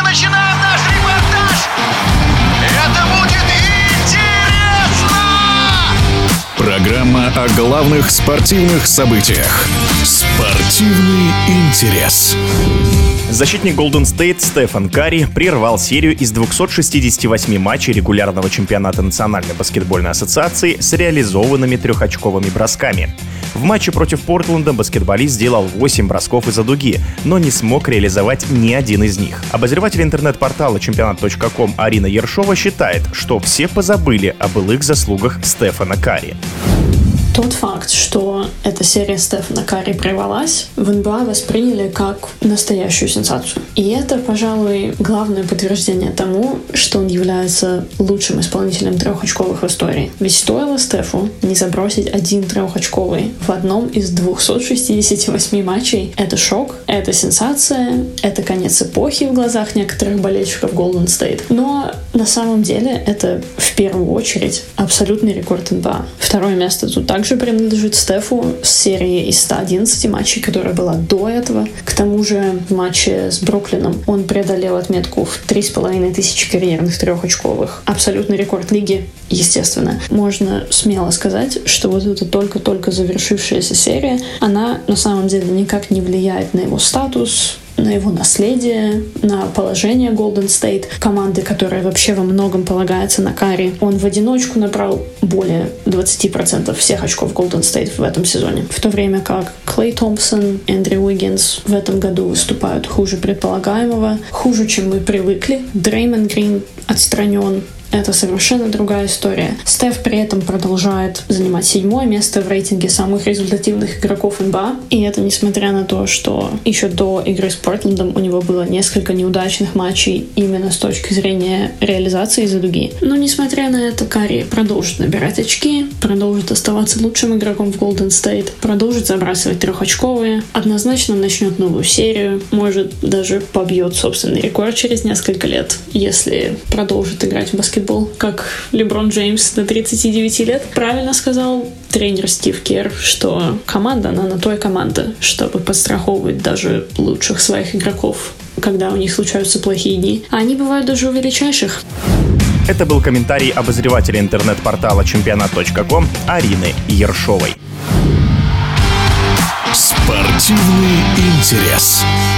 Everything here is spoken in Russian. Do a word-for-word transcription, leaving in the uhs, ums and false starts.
начинаем наш репортаж. Это будет интересно! Программа о главных спортивных событиях. Спортивный интерес. Защитник Golden State Стефан Карри прервал серию из двухсот шестидесяти восьми матчей регулярного чемпионата Национальной баскетбольной ассоциации с реализованными трехочковыми бросками. В матче против Портленда баскетболист сделал восемь бросков из-за дуги, но не смог реализовать ни один из них. Обозреватель интернет-портала чемпионат точка ком Арина Ершова считает, что все позабыли о былых заслугах Стефана Карри. Тот факт, что эта серия Стефана Карри прервалась, в эн бэ а восприняли как настоящую сенсацию. И это, пожалуй, главное подтверждение тому, что он является лучшим исполнителем трехочковых в истории. Ведь стоило Стефу не забросить один трехочковый в одном из двухсот шестидесяти восьми матчей. Это шок, это сенсация, это конец эпохи в глазах некоторых болельщиков Golden State. Но на самом деле это в первую очередь абсолютный рекорд эн бэ а. Второе место тут также принадлежит Стефу с серии из ста одиннадцати матчей, которая была до этого. К тому же в матче с Бруклином он преодолел отметку в три с половиной тысячи карьерных трехочковых. Абсолютный рекорд лиги, естественно. Можно смело сказать, что вот эта только-только завершившаяся серия, она на самом деле никак не влияет на его статус, на его наследие, на положение Golden State, команды, которая вообще во многом полагается на Карри. Он в одиночку набрал более двадцати процентов всех очков Golden State в этом сезоне. В то время как Клей Томпсон, Эндрю Уиггинс в этом году выступают хуже предполагаемого, хуже, чем мы привыкли. Дреймонд Грин отстранен. Это совершенно другая история. Стеф при этом продолжает занимать седьмое место в рейтинге самых результативных игроков эн бэ а. И это несмотря на то, что еще до игры с Портлендом у него было несколько неудачных матчей именно с точки зрения реализации из-за дуги. Но несмотря на это, Карри продолжит набирать очки, продолжит оставаться лучшим игроком в Golden State, продолжит забрасывать трехочковые, однозначно начнет новую серию, может даже побьет собственный рекорд через несколько лет, если продолжит играть в баскетбол, как Леброн Джеймс до тридцати девяти лет. Правильно сказал тренер Стив Керр, что команда, она на то и команда, чтобы подстраховывать даже лучших своих игроков, когда у них случаются плохие дни. А они бывают даже у величайших. Это был комментарий обозревателя интернет-портала чемпионат точка ком Арины Ершовой. Спортивный интерес.